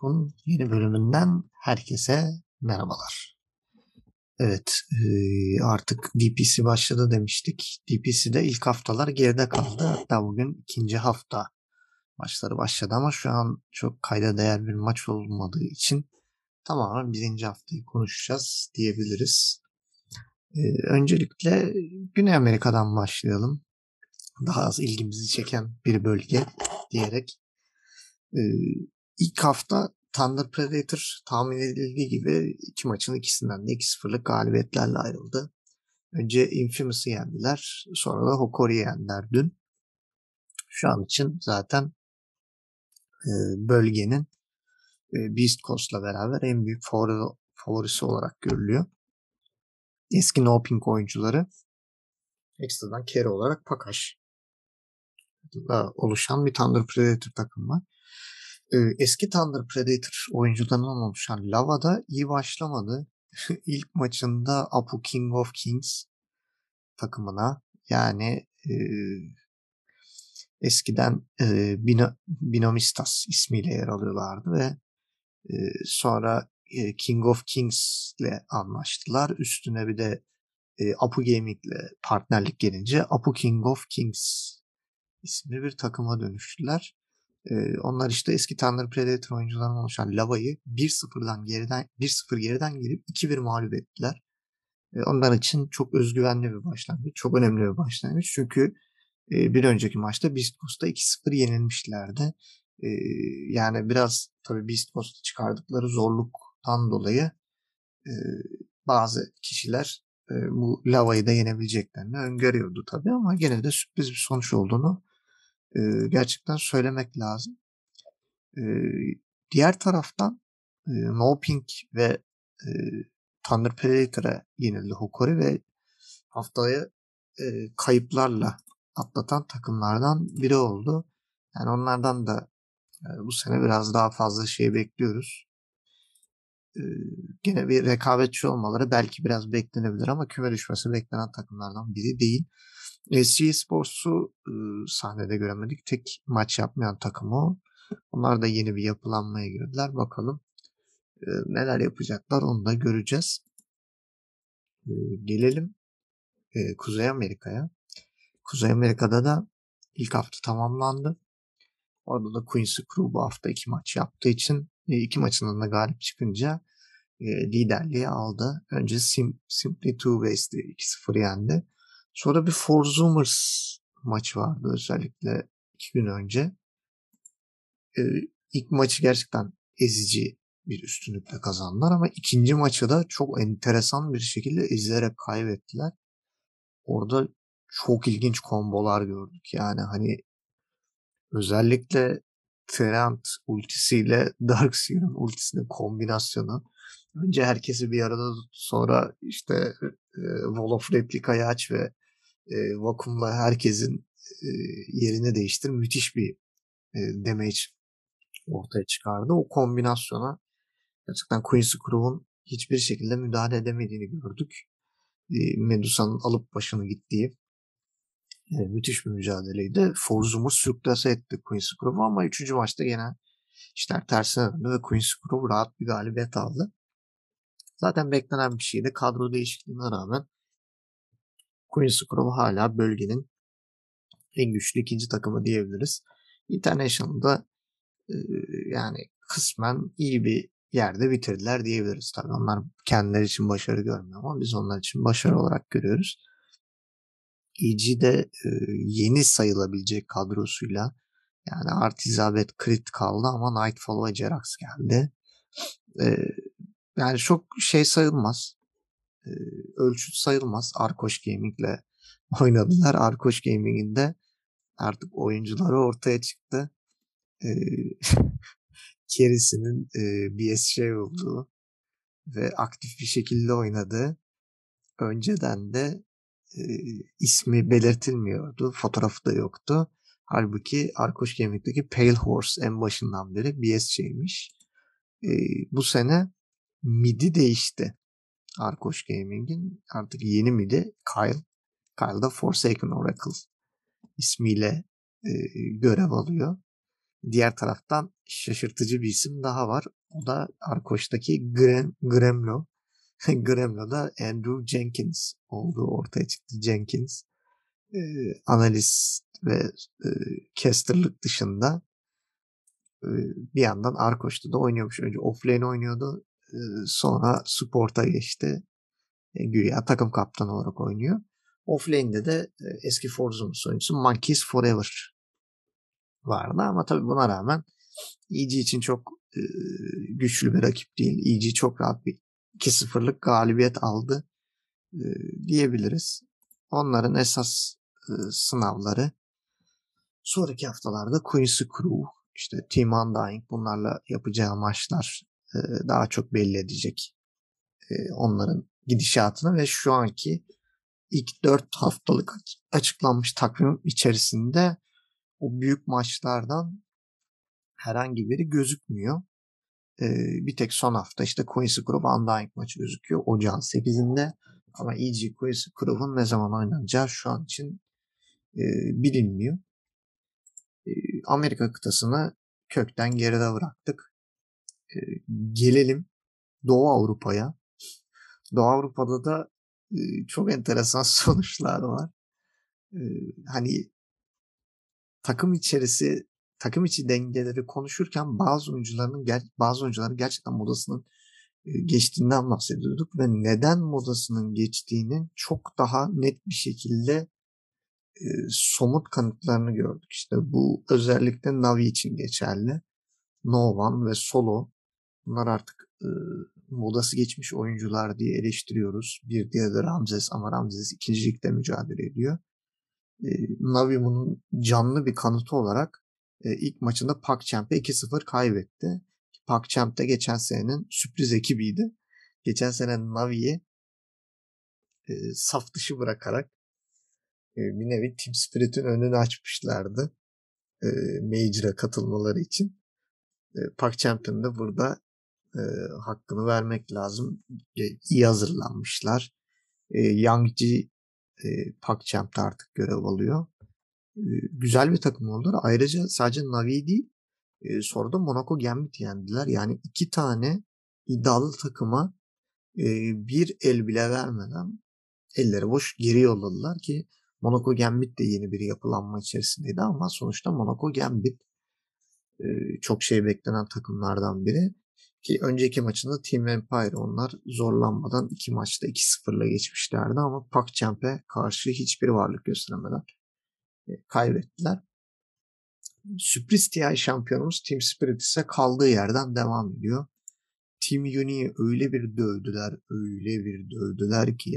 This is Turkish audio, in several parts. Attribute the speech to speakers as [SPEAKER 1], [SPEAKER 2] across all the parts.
[SPEAKER 1] Top'un yeni bölümünden herkese merhabalar. Evet, artık DPC başladı demiştik. DPC'de ilk haftalar geride kaldı. Hatta bugün ikinci hafta maçları başladı ama şu an çok kayda değer bir maç olmadığı için tamamen birinci haftayı konuşacağız diyebiliriz. Öncelikle Güney Amerika'dan başlayalım. Daha az ilgimizi çeken bir bölge diyerek. Ee, ilk hafta Thunder Predator tahmin edildiği gibi iki maçın ikisinden de 2-0'lık galibiyetlerle ayrıldı. Önce Infamous'ı yendiler. Sonra da Hokori'yi yendiler dün. Şu an için zaten bölgenin Beast Coast'la beraber en büyük favorisi olarak görülüyor. Eski No Pink oyuncuları ekstradan carry olarak Pakash oluşan bir Thunder Predator takım var. Eski Thunder Predator oyuncularından oluşan Lava da iyi başlamadı. İlk maçında Apu King of Kings takımına yani eskiden Binomistas ismiyle yer alıyorlardı ve sonra King of Kings ile anlaştılar. Üstüne bir de Apu Gaming ile partnerlik gelince Apu King of Kings isimli bir takıma dönüştüler. Onlar işte eski Thunder Predator oyuncularından oluşan Lava'yı 1-0 geriden gelip 2-1 mağlup ettiler. Onlar için çok özgüvenli bir başlangıç. Çok önemli bir başlangıç. Çünkü bir önceki maçta Beast Coast'a 2-0 yenilmişlerdi. E, Yani biraz tabii Beast Coast'u çıkardıkları zorluktan dolayı e, bazı kişiler bu Lava'yı da yenebileceklerini öngörüyordu tabii ama gene de sürpriz bir sonuç olduğunu gerçekten söylemek lazım. E, Diğer taraftan No Pink ve e, Thunder Predator'a yenildi Hokori ve haftaya kayıplarla atlatan takımlardan biri oldu. Yani onlardan da bu sene biraz daha fazla şey bekliyoruz. E, Gene bir rekabetçi olmaları belki biraz beklenebilir ama küme düşmesi beklenen takımlardan biri değil. SG Sports'u sahnede göremedik. Tek maç yapmayan takım o. Onlar da yeni bir yapılanmaya girdiler. Bakalım neler yapacaklar onu da göreceğiz. Gelelim Kuzey Amerika'ya. Kuzey Amerika'da da ilk hafta tamamlandı. Orada da Quincy Crew bu hafta iki maç yaptığı için iki maçından da galip çıkınca liderliği aldı. Önce Simply Two Ways'te 2-0 yendi. Sonra bir Forzumers maçı vardı özellikle 2 gün önce. E, ilk maçı gerçekten ezici bir üstünlükle kazandılar ama ikinci maçı da çok enteresan bir şekilde ezerek kaybettiler. Orada çok ilginç kombolar gördük. Yani hani özellikle Trent ultisiyle Darkseer'ın ultisinin kombinasyonu. Önce herkesi bir arada tut, sonra işte Wall of Replica'yı aç ve vakumla herkesin yerini değiştir. Müthiş bir damage ortaya çıkardı. O kombinasyona gerçekten Quincy Crew'un hiçbir şekilde müdahale edemediğini gördük. Medusa'nın alıp başını gittiği müthiş bir mücadeleydi. Forzum'u sürklase etti Quincy Crew'u ama 3. maçta gene işler tersine döndü ve Quincy Crew rahat bir galibiyet aldı. Zaten beklenen bir şeydi. Kadro değişikliğine rağmen Quincy Crew hala bölgenin en güçlü ikinci takımı diyebiliriz. International'da e, yani kısmen iyi bir yerde bitirdiler diyebiliriz. Tabii onlar kendileri için başarı görmüyor ama biz onlar için başarı olarak görüyoruz. EG'de yeni sayılabilecek kadrosuyla yani Artizabet Crit kaldı ama Nightfall ve Jerax geldi. E, Yani çok şey sayılmaz. E, Ölçüt sayılmaz. Arkoş Gaming'le oynadılar. Arkoş Gaming'in de artık oyuncuları ortaya çıktı. E, Carry'sinin BSC olduğu ve aktif bir şekilde oynadığı önceden de e, ismi belirtilmiyordu. Fotoğrafı da yoktu. Halbuki Arkoş Gaming'deki Pale Horse en başından beri BSC'ymiş. E, Bu sene midi değişti. Arkoş Gaming'in artık yeni midi Kyle. Kyle da Forsaken Oracle ismiyle görev alıyor. Diğer taraftan şaşırtıcı bir isim daha var. O da Arkoç'taki Gremlo. Gremlo da Andrew Jenkins olduğu ortaya çıktı. Jenkins analist ve e, casterlık dışında e, bir yandan Arkoç'ta da oynuyormuş. Önce offlane oynuyordu. Sonra support'a geçti. Güya takım kaptanı olarak oynuyor. Offlane'de de eski Forza'nın oyuncusu Monkeys Forever vardı ama tabii buna rağmen EG için çok güçlü bir rakip değil. EG çok rahat bir 2-0'lık galibiyet aldı e, diyebiliriz. Onların esas sınavları sonraki haftalarda Quincy Crew, işte Team Undying bunlarla yapacağı maçlar daha çok belli edecek onların gidişatını ve şu anki ilk 4 haftalık açıklanmış takvim içerisinde o büyük maçlardan herhangi biri gözükmüyor. Bir tek son hafta işte Quincy Grove Undying maçı gözüküyor Ocağın 8'inde. Ama EG Quincy Grove'un ne zaman oynanacağı şu an için bilinmiyor. Amerika kıtasını kökten geride bıraktık. E, Gelelim Doğu Avrupa'ya. Doğu Avrupa'da da çok enteresan sonuçlar var. E, Hani takım içi dengeleri konuşurken bazı oyuncuların gerçekten modasının geçtiğinden bahsediyorduk ve neden modasının geçtiğinin çok daha net bir şekilde somut kanıtlarını gördük. İşte bu özellikle Navi için geçerli. No One ve Solo bunlar artık modası geçmiş oyuncular diye eleştiriyoruz. Bir diğeri de Ramses ama Ramses ikincilikte mücadele ediyor. Navi bunun canlı bir kanıtı olarak ilk maçında PogChamp'e 2-0 kaybetti. PogChamp de geçen senenin sürpriz ekibiydi. Geçen sene Navi'yi saf dışı bırakarak bir nevi Team Spirit'in önünü açmışlardı. Major'a katılmaları için. PogChamp'ın da burada e, hakkını vermek lazım. İyi hazırlanmışlar. Yangji PogChamp'ta artık görev alıyor. Güzel bir takım oldular. Ayrıca sadece Navi değil sonra da Monaco Gambit yendiler. Yani iki tane iddialı takıma bir el bile vermeden elleri boş geri yolladılar ki Monaco Gambit de yeni bir yapılanma içerisindeydi ama sonuçta Monaco Gambit çok şey beklenen takımlardan biri. Ki önceki maçında Team Empire onlar zorlanmadan iki maçta 2-0'la geçmişlerdi ama PogChamp'e karşı hiçbir varlık gösteremeden kaybettiler. Sürpriz TI şampiyonumuz Team Spirit ise kaldığı yerden devam ediyor. Team Uni'yi öyle bir dövdüler ki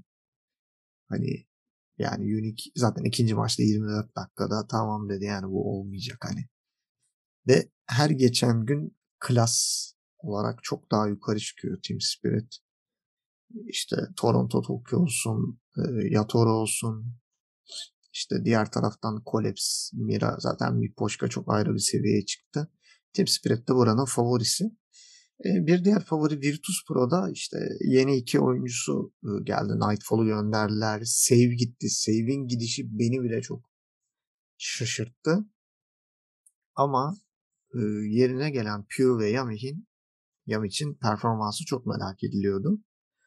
[SPEAKER 1] hani yani Unique zaten ikinci maçta 24 dakikada tamam dedi yani bu olmayacak hani. Ve her geçen gün klas olarak çok daha yukarı çıkıyor Team Spirit. İşte Toronto Tokyo olsun, Yatoro olsun, işte diğer taraftan Collapse, Mira zaten Mipoşka çok ayrı bir seviyeye çıktı. Team Spirit de buranın favorisi. Bir diğer favori Virtus Pro'da işte yeni iki oyuncusu geldi. Nightfall'u gönderdiler. Save gitti. Save'in gidişi beni bile çok şaşırttı. Ama yerine gelen Pure ve Yamich'in performansı çok merak ediliyordu.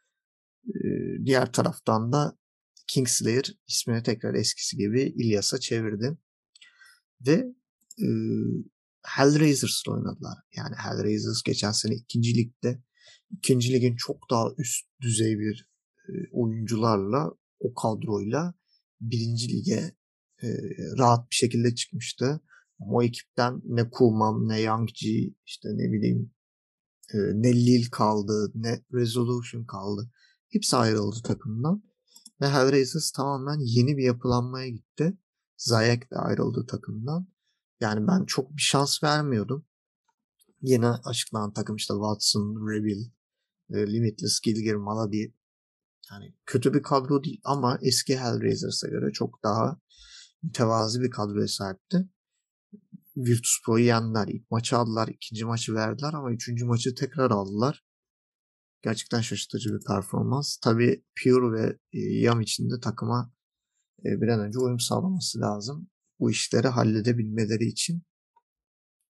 [SPEAKER 1] Diğer taraftan da Kingslayer ismini tekrar eskisi gibi İlyas'a çevirdi. Ve e, Hellraisers'la oynadılar. Yani Hellraisers geçen sene ikinci ligin çok daha üst düzey bir oyuncularla o kadroyla birinci lige e, rahat bir şekilde çıkmıştı. Ama o ekipten ne Kuman ne Yangji işte ne bileyim ne Lille kaldı ne Resolution kaldı. Hepsi ayrıldı takımdan. Ve Hellraisers tamamen yeni bir yapılanmaya gitti. Zayek de ayrıldı takımdan. Yani ben çok bir şans vermiyordum. Yeni açıklanan takım işte Watson, Reveal, Limitless, Gilgir, Maladi. Yani kötü bir kadro değil ama eski Hellraisers'a göre çok daha mütevazi bir kadroya sahipti. Virtus Pro'yu yendiler. İlk maçı aldılar, ikinci maçı verdiler ama üçüncü maçı tekrar aldılar. Gerçekten şaşırtıcı bir performans. Tabii Pure ve Yam için de takıma bir an önce uyum sağlaması lazım. Bu işleri halledebilmeleri için.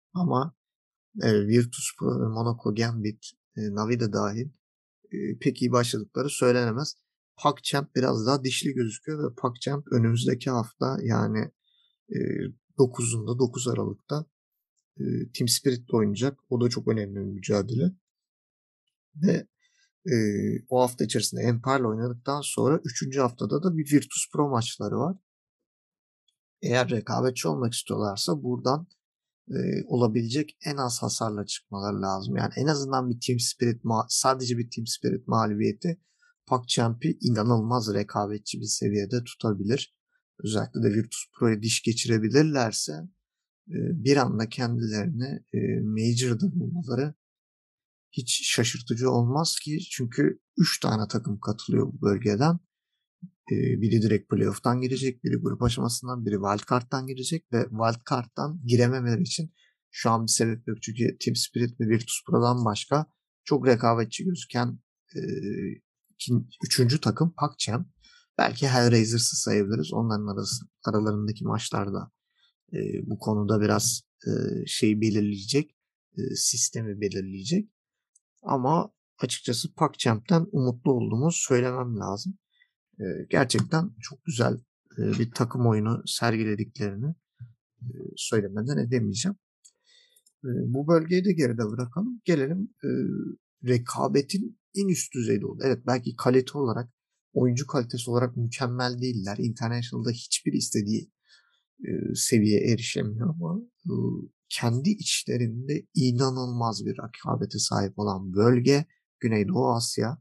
[SPEAKER 1] Ama Virtus.pro ve Monaco Gambit, Navi de dahil pek iyi başladıkları söylenemez. PagChamp biraz daha dişli gözüküyor ve PagChamp önümüzdeki hafta yani e, 9'unda 9 Aralık'ta Team Spirit'le oynayacak. O da çok önemli bir mücadele. Ve e, o hafta içerisinde Empire'la oynadıktan sonra 3. haftada da bir Virtus Pro maçları var. Eğer rekabetçi olmak istiyorlarsa buradan olabilecek en az hasarla çıkmaları lazım. Yani en azından bir Team Spirit sadece bir Team Spirit mağlubiyeti PagChamp'i inanılmaz rekabetçi bir seviyede tutabilir. Özellikle de Virtus Pro'ya diş geçirebilirlerse bir anda kendilerini Major'da bulmaları hiç şaşırtıcı olmaz ki. Çünkü 3 tane takım katılıyor bu bölgeden. Biri direkt playoff'tan girecek, biri grup aşamasından, biri wildcard'dan girecek ve wildcard'dan girememeleri için şu an bir sebep yok. Çünkü Team Spirit ve Virtus Pro'dan başka çok rekabetçi gözüken e, üçüncü takım PagChamp. Belki Hellraisers'ı sayabiliriz. Onların aralarındaki maçlarda bu konuda biraz şey belirleyecek, sistemi belirleyecek. Ama açıkçası PagChamp'ten umutlu olduğumu söylemem lazım. Gerçekten çok güzel bir takım oyunu sergilediklerini söylemeden edemeyeceğim. Bu bölgeyi de geride bırakalım. Gelelim rekabetin en üst düzeyde oldu. Evet, belki kalite olarak, oyuncu kalitesi olarak mükemmel değiller. International'da hiçbir istediği seviyeye erişemiyor ama kendi içlerinde inanılmaz bir rekabete sahip olan bölge Güneydoğu Asya.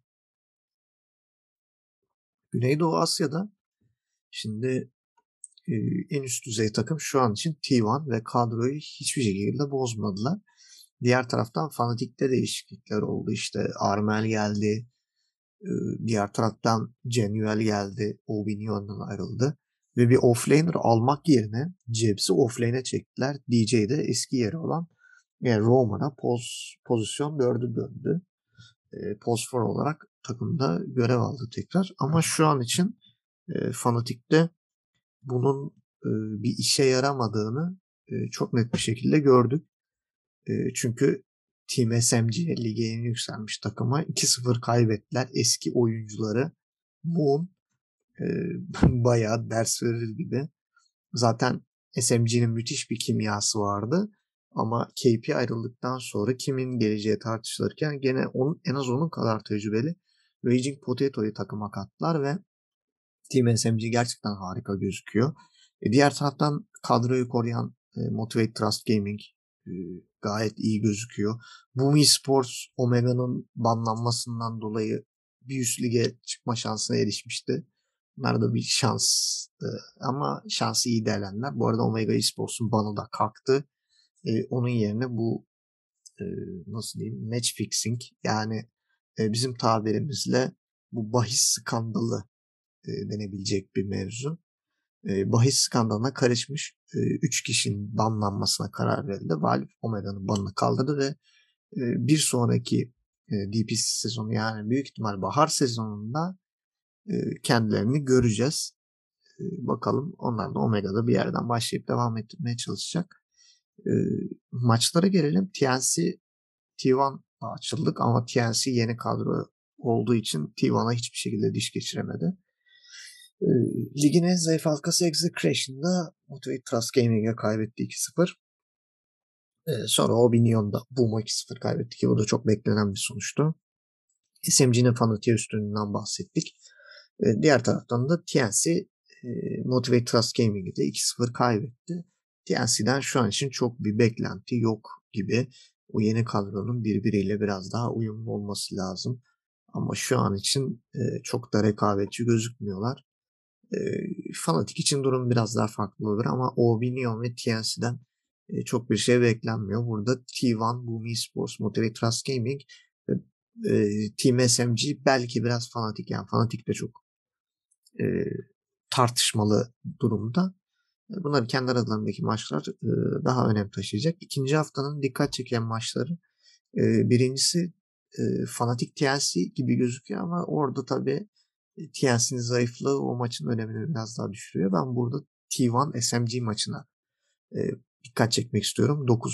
[SPEAKER 1] Güneydoğu Asya'da şimdi e, en üst düzey takım şu an için T1 ve kadroyu hiçbir şekilde bozmadılar. Diğer taraftan Fnatic'te değişiklikler oldu. İşte Armel geldi. e, Diğer taraftan Genuel geldi. Aubigne'den ayrıldı. Ve bir offlaner almak yerine Jebs'i offlane'e çektiler. DJ de eski yeri olan Roman'a pozisyon 4'ü döndü. Post 4 olarak takımda görev aldı tekrar. Ama şu an için Fnatic'te bunun bir işe yaramadığını çok net bir şekilde gördük. Çünkü Team SMG lige yeni yükselmiş takıma 2-0 kaybettiler. Eski oyuncuları Moon e, bayağı ders verir gibi. Zaten SMG'nin müthiş bir kimyası vardı. Ama KP ayrıldıktan sonra kimin geleceği tartışılırken gene en az onun kadar tecrübeli Raging Potato'yu takıma kattılar ve Team SMG gerçekten harika gözüküyor. Diğer taraftan kadroyu koruyan Motivate Trust Gaming e, gayet iyi gözüküyor. Boom Esports Omega'nın banlanmasından dolayı bir üst lige çıkma şansına erişmişti. Bunlar da bir şans ama şansı iyi değerlendiler. Bu arada Omega Esports'un banı da kalktı. Onun yerine bu e, nasıl diyeyim match fixing yani bizim tabirimizle bu bahis skandalı denebilecek bir mevzu. Bahis skandalına karışmış 3 kişinin banlanmasına karar verildi. Valve Omega'nın banını kaldırdı ve bir sonraki DPC sezonu yani büyük ihtimal bahar sezonunda kendilerini göreceğiz. Bakalım onlar da Omega'da bir yerden başlayıp devam ettirmeye çalışacak. E, Maçlara gelelim. TNC T1 açıldık ama TNC yeni kadro olduğu için T1'a hiçbir şekilde diş geçiremedi. E, Ligin en zayıf halkası Execration'da Motivate Trust Gaming'e kaybetti 2-0. Sonra Obinion'da Boom'a 2-0 kaybetti ki bu da çok beklenen bir sonuçtu. SMG'nin fanatiğe üstünlüğünden bahsettik. Diğer taraftan da TNC Motivate Trust Gaming'i de 2-0 kaybetti. TNC'den şu an için çok bir beklenti yok gibi. O yeni kadronun birbiriyle biraz daha uyumlu olması lazım. Ama şu an için çok da rekabetçi gözükmüyorlar. E, Fanatik için durum biraz daha farklı olur ama Obinion ve TNC'den çok bir şey beklenmiyor. Burada T1, Boom Esports, Motivate Trust Gaming ve Team SMG belki biraz Fanatik yani Fanatik de çok e, tartışmalı durumda. Bunların kendi aralarındaki maçlar daha önem taşıyacak. İkinci haftanın dikkat çeken maçları birincisi Fanatik TNC gibi gözüküyor ama orada tabii TNC'nin zayıflığı o maçın önemini biraz daha düşürüyor. Ben burada T1 SMG maçına e, dikkat çekmek istiyorum. 9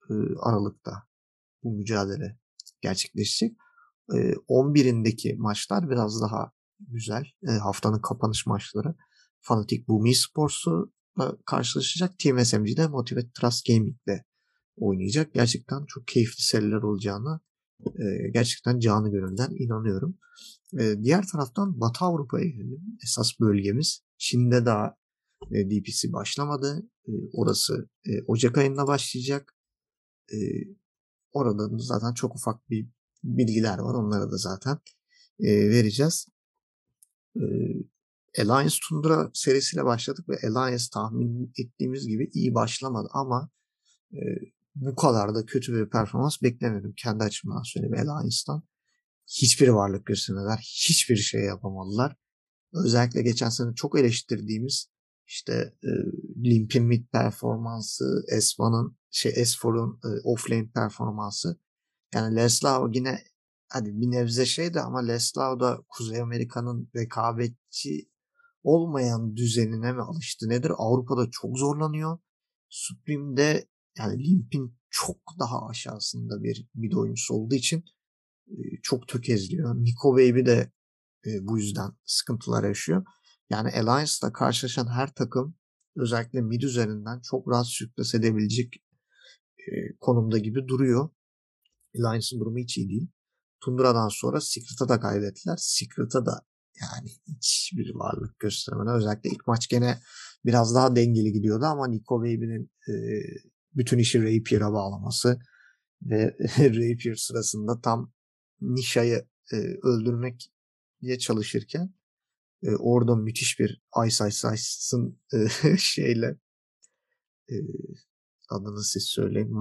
[SPEAKER 1] Aralık'ta bu mücadele gerçekleşecek. 11'indeki maçlar biraz daha güzel. Haftanın kapanış maçları. Fnatic Boom Esports'la karşılaşacak. Team SMG'de Motivate Trust Gaming'le oynayacak. Gerçekten çok keyifli seriler olacağını gerçekten canı gönülden inanıyorum. Diğer taraftan Batı Avrupa'ya gelelim. Esas bölgemiz. Çin'de daha DPC başlamadı. Orası Ocak ayında başlayacak. E, Orada zaten çok ufak bir bilgiler var. Onlara da zaten vereceğiz. E, Alliance Tundra serisiyle başladık ve Alliance tahmin ettiğimiz gibi iyi başlamadı ama e, bu kadar da kötü bir performans beklemiyordum. Kendi açımdan söyleyeyim Alliance'dan. Hiçbir varlık göstermediler. Hiçbir şey yapamadılar. Özellikle geçen sene çok eleştirdiğimiz işte Limp'in mid performansı, S4'un offlane performansı. Yani Leslao yine hadi bir nebze şeydi ama Leslao da Kuzey Amerika'nın rekabetçi olmayan düzenine mi alıştı nedir? Avrupa'da çok zorlanıyor. Supreme'de yani Limp'in çok daha aşağısında bir mid oyuncusu olduğu için çok tökezliyor. Nico Baby de bu yüzden sıkıntılar yaşıyor. Yani Alliance'la karşılaşan her takım özellikle mid üzerinden çok rahat sürpriz edebilecek konumda gibi duruyor. Alliance'ın durumu hiç iyi değil. Tundra'dan sonra Secret'a da kaybettiler. Secret'a da yani hiçbir varlık göstermeden özellikle ilk maç gene biraz daha dengeli gidiyordu ama Nico Baby'nin bütün işi Rapier'a bağlaması ve Rapier sırasında tam Nisha'yı öldürmek diye çalışırken orada müthiş bir Ice Ice Ice'ın şeyle e, adını siz söyleyin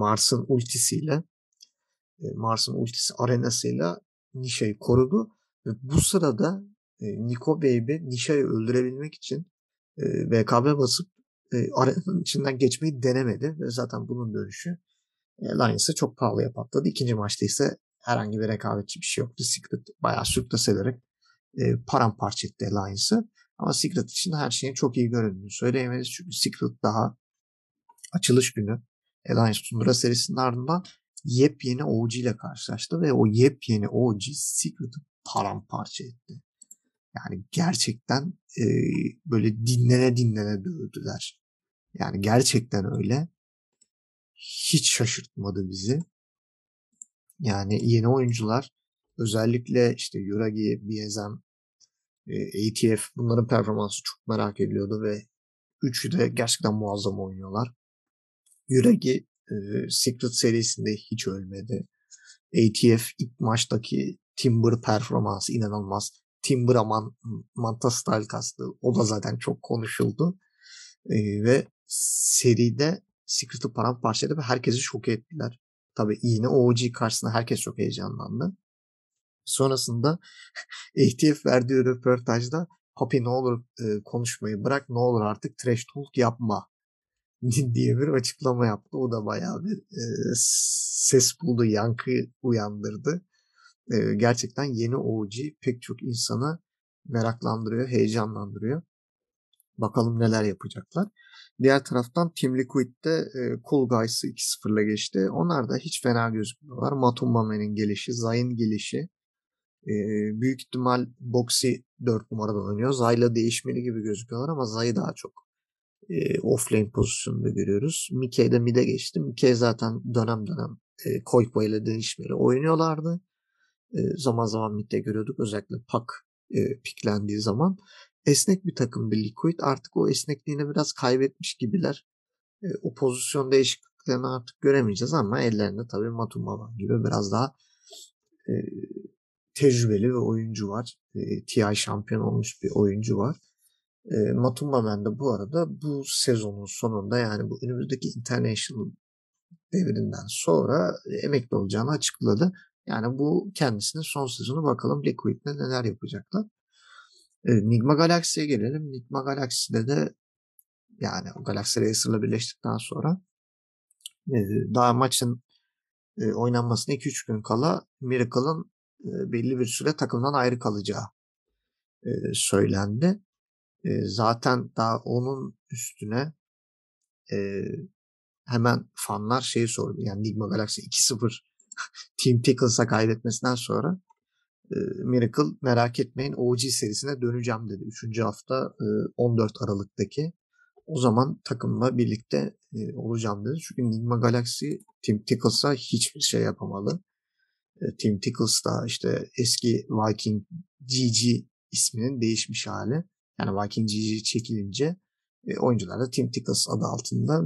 [SPEAKER 1] Mars'ın ultisi arenasıyla Nisha'yı korudu ve bu sırada Nico Baby Nisha'yı öldürebilmek için VKB basıp arenanın içinden geçmeyi denemedi ve zaten bunun dönüşü Lions'ı çok pahalıya patladı. İkinci maçta ise herhangi bir rekabetçi bir şey yoktu. Secret bayağı sürpriz ederek paramparça etti Lions'ı. Ama Secret için her şeyin çok iyi göründüğünü söyleyemeyiz. Çünkü Secret daha açılış günü Alliance Tundra serisinin ardından yepyeni OG ile karşılaştı ve o yepyeni OG Secret'ı paramparça etti. Yani gerçekten böyle dinlene dinlene dövdüler. Yani gerçekten öyle. Hiç şaşırtmadı bizi. Yani yeni oyuncular özellikle işte Yuragi, BSM, ATF bunların performansı çok merak ediliyordu ve üçü de gerçekten muazzam oynuyorlar. Yuragi Secret serisinde hiç ölmedi. ATF ilk maçtaki Timber performansı inanılmaz. Timber aman Manta Style kastı. O da zaten çok konuşuldu. Ve seride Secret'ı paramparçaladı ve herkesi şok ettiler. Tabii yine OG karşısında herkes çok heyecanlandı. Sonrasında ATF verdiği röportajda Papi ne olur konuşmayı bırak ne olur artık trash talk yapma diye bir açıklama yaptı. O da bayağı bir ses buldu, yankı uyandırdı. Gerçekten yeni OG pek çok insanı meraklandırıyor, heyecanlandırıyor. Bakalım neler yapacaklar. Diğer taraftan Team Liquid'de Cool Guys'ı 2-0'la geçti. Onlar da hiç fena gözükmüyorlar. Matumbame'nin gelişi, Zayn gelişi. Büyük ihtimal Boxy 4 numaradan oynuyor. Zay'la değişmeli gibi gözüküyorlar ama Zay'ı daha çok offlane pozisyonunda görüyoruz. Mickey de mid'e geçti. Mickey zaten dönem dönem Koypo ile değişmeli oynuyorlardı. Zaman zaman mid'de görüyorduk. Özellikle Pak piklendiği zaman. Esnek bir takımdı Liquid. Artık o esnekliğini biraz kaybetmiş gibiler. O pozisyon değişikliklerini artık göremeyeceğiz ama ellerinde tabii Matumba gibi biraz daha e, tecrübeli bir oyuncu var. TI şampiyon olmuş bir oyuncu var. Matumba Ben de bu arada bu sezonun sonunda yani bu önümüzdeki International devrinden sonra emekli olacağını açıkladı. Yani bu kendisinin son sezonu bakalım Liquid'le neler yapacaklar. Nigma Galaxy'ye gelelim. Nigma Galaxy'de de yani o Galaxy Racer'la birleştikten sonra e, daha maçın oynanmasına 2-3 gün kala Miracle'ın belli bir süre takımdan ayrı kalacağı söylendi. Zaten daha onun üstüne e, hemen fanlar şeyi sordu. Yani Nigma Galaxy 2-0 Team Tickles'a kaybetmesinden sonra Miracle merak etmeyin OG serisine döneceğim dedi. 3. hafta 14 Aralık'taki. O zaman takımla birlikte olacağım dedi. Çünkü Nigma Galaxy Team Tickles'a hiçbir şey yapamadı. Team Tickles da işte eski Viking GG isminin değişmiş hali. Yani Viking GG çekilince oyuncular da Team Tickles adı altında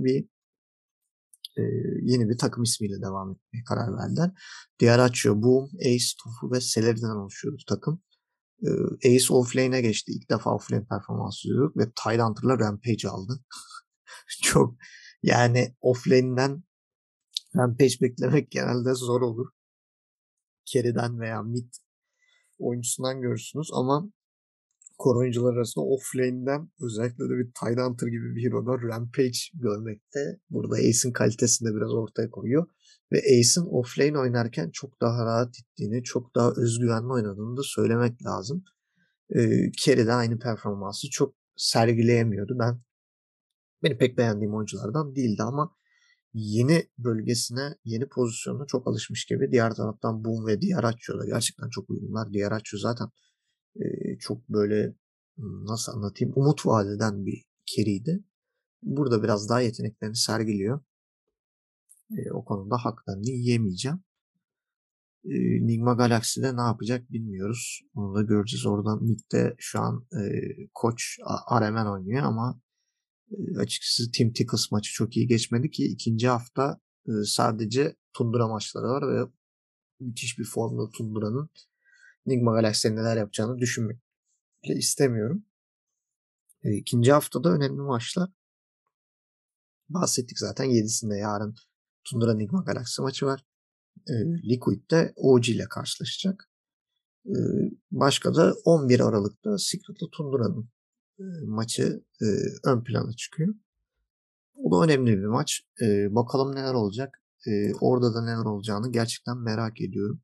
[SPEAKER 1] e, yeni bir takım ismiyle devam etmeye karar verdiler. Diaracho, Boom, Ace, Tofu ve Celery'den oluşuyordu takım. Ace offlane'e geçti. İlk defa offlane performansı izliyorduk ve Tidehunter'la Rampage aldı. Çok yani offlane'den Rampage beklemek genelde zor olur. Carry'den veya mid oyuncusundan görürsünüz ama core oyuncular arasında offlane'den özellikle de bir Tidehunter gibi bir hero'da Rampage görmekte burada Ace'in kalitesini de biraz ortaya koyuyor. Ve Ace'in offlane oynarken çok daha rahat gittiğini, çok daha özgüvenli oynadığını da söylemek lazım. Carry'de aynı performansı çok sergileyemiyordu. Benim pek beğendiğim oyunculardan değildi ama yeni bölgesine, yeni pozisyonuna çok alışmış gibi. Diğer taraftan Boom ve Diaracho da gerçekten çok uyumlular. Diaracho zaten çok böyle nasıl anlatayım umut vaat eden bir carry'di. Burada biraz daha yeteneklerini sergiliyor. O konuda haklarını yiyemeyeceğim. Nigma Galaxy'de ne yapacak bilmiyoruz. Onu da göreceğiz. Oradan midde şu an koç Aremen oynuyor ama açıkçası Team Tickles maçı çok iyi geçmedi ki ikinci hafta sadece Tundra maçları var ve müthiş bir formda Tundra'nın Nigma Galaxy'de neler yapacağını düşünmek istemiyorum. İkinci haftada önemli maçlar. Bahsettik zaten 7'sinde yarın Tundra Nigma Galaxy maçı var. Liquid'de OG ile karşılaşacak. Başka da 11 Aralık'ta Secret'la Tundra'nın maçı ön plana çıkıyor. O da önemli bir maç. Bakalım neler olacak. Orada da neler olacağını gerçekten merak ediyorum.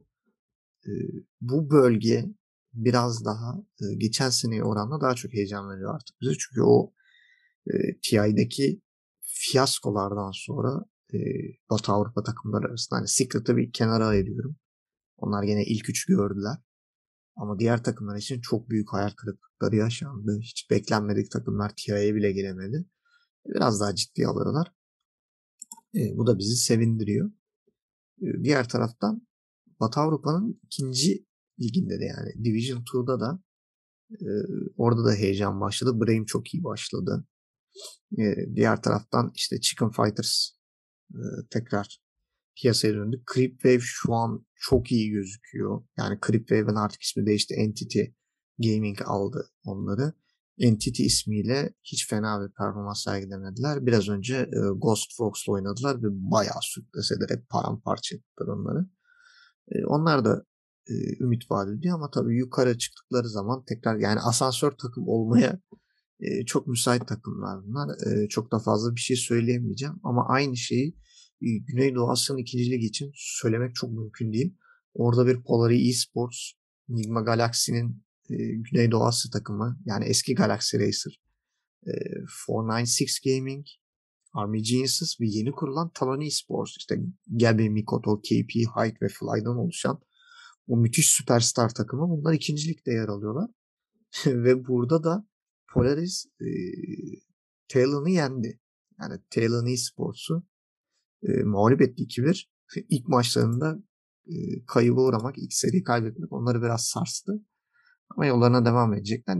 [SPEAKER 1] Bu bölge biraz daha geçen seneye oranla daha çok heyecan veriyor artık bize. Çünkü o TI'deki fiyaskolardan sonra Batı Avrupa takımları arasında hani Secret'ı bir kenara ayırıyorum. Onlar gene ilk üç gördüler. Ama diğer takımlar için çok büyük hayal kırıklıkları yaşandı. Hiç beklenmedik takımlar TI'ye bile gelemedi. Biraz daha ciddi alıyorlar. Bu da bizi sevindiriyor. Diğer taraftan Batı Avrupa'nın ikinci liginde de yani Division 2'da da e, orada da heyecan başladı. Brame çok iyi başladı. Diğer taraftan işte Chicken Fighters tekrar piyasaya döndü. Creep Wave şu an çok iyi gözüküyor. Yani Creep Wave'in artık ismi değişti. Entity Gaming aldı onları. Entity ismiyle hiç fena bir performans sergilemediler. Biraz önce Ghost Frogs'la oynadılar ve bayağı sürpriz ederek paramparça ettiler onları. Onlar da ümit vaat ediyor ama tabii yukarı çıktıkları zaman tekrar yani asansör takım olmaya çok müsait takımlar bunlar. Çok da fazla bir şey söyleyemeyeceğim ama aynı şeyi Güneydoğu Asya'nın ikinci ligi için söylemek çok mümkün değil. Orada bir Polari Esports, Nigma Galaxy'nin Güneydoğu Asya takımı yani eski Galaxy Racer, 496 Gaming, Army Geniuses ve yeni kurulan Talon Esports işte Gabi, Mikoto, KP, Hyde ve Fly'dan oluşan o müthiş süperstar takımı bunlar ikincilikte yer alıyorlar. Ve burada da Polaris Talon'ı yendi. Yani Talon Esports'u mağlup etti 2-1. İlk maçlarında kayıba uğramak, ilk seri kaybetmek onları biraz sarstı. Ama yollarına devam edecekler.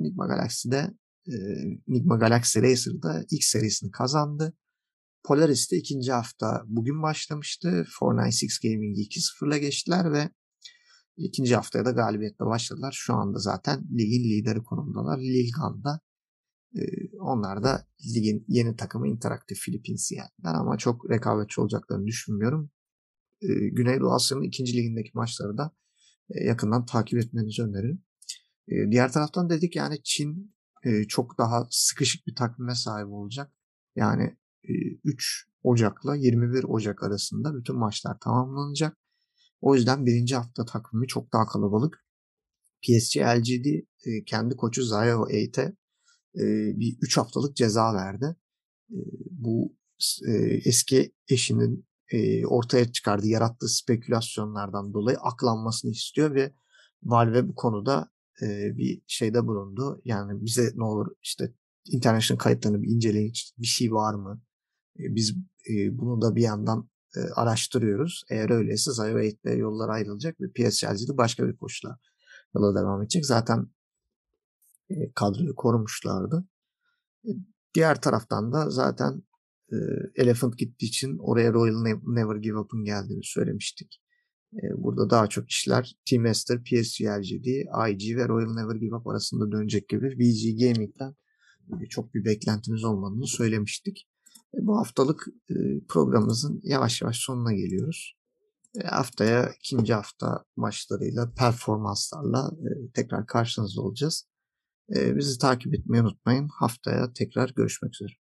[SPEAKER 1] Nigma Galaxy Racer'da ilk serisini kazandı. Polaris'te ikinci hafta bugün başlamıştı. 496 Gaming'i 2-0'la geçtiler ve ikinci haftaya da galibiyetle başladılar. Şu anda zaten ligin lideri konumdalar. Lilgan'da onlar da ligin yeni takımı Interactive Philippines yendiler ama çok rekabetçi olacaklarını düşünmüyorum. Güneydoğu Asya'nın ikinci ligindeki maçları da yakından takip etmenizi öneririm. Diğer taraftan dedik yani Çin çok daha sıkışık bir takvime sahip olacak. Yani 3 Ocak'la 21 Ocak arasında bütün maçlar tamamlanacak. O yüzden birinci hafta takvimi çok daha kalabalık. PSG LGD kendi koçu Zayo Eite bir 3 haftalık ceza verdi. Bu eski eşinin ortaya çıkardığı, yarattığı spekülasyonlardan dolayı aklanmasını istiyor ve Valve bu konuda bir şeyde bulundu. Yani bize ne olur işte International kayıtlarını bir inceleyin, bir şey var mı? Biz bunu da bir yandan araştırıyoruz. Eğer öyleyse Zio 8 ile yollar ayrılacak ve PSLG'de başka bir koçla yola devam edecek. Zaten kadroyu korumuşlardı. E, Diğer taraftan da zaten e, Elephant gittiği için oraya Royal Never Give Up'ın geldiğini söylemiştik. Burada daha çok işler Team Esther, PSGLGD, IG ve Royal Never Give Up arasında dönecek gibi. VG Gaming'den çok bir beklentimiz olmadığını söylemiştik. Bu haftalık programımızın yavaş yavaş sonuna geliyoruz. Haftaya ikinci hafta maçlarıyla, performanslarla tekrar karşınızda olacağız. Bizi takip etmeyi unutmayın. Haftaya tekrar görüşmek üzere.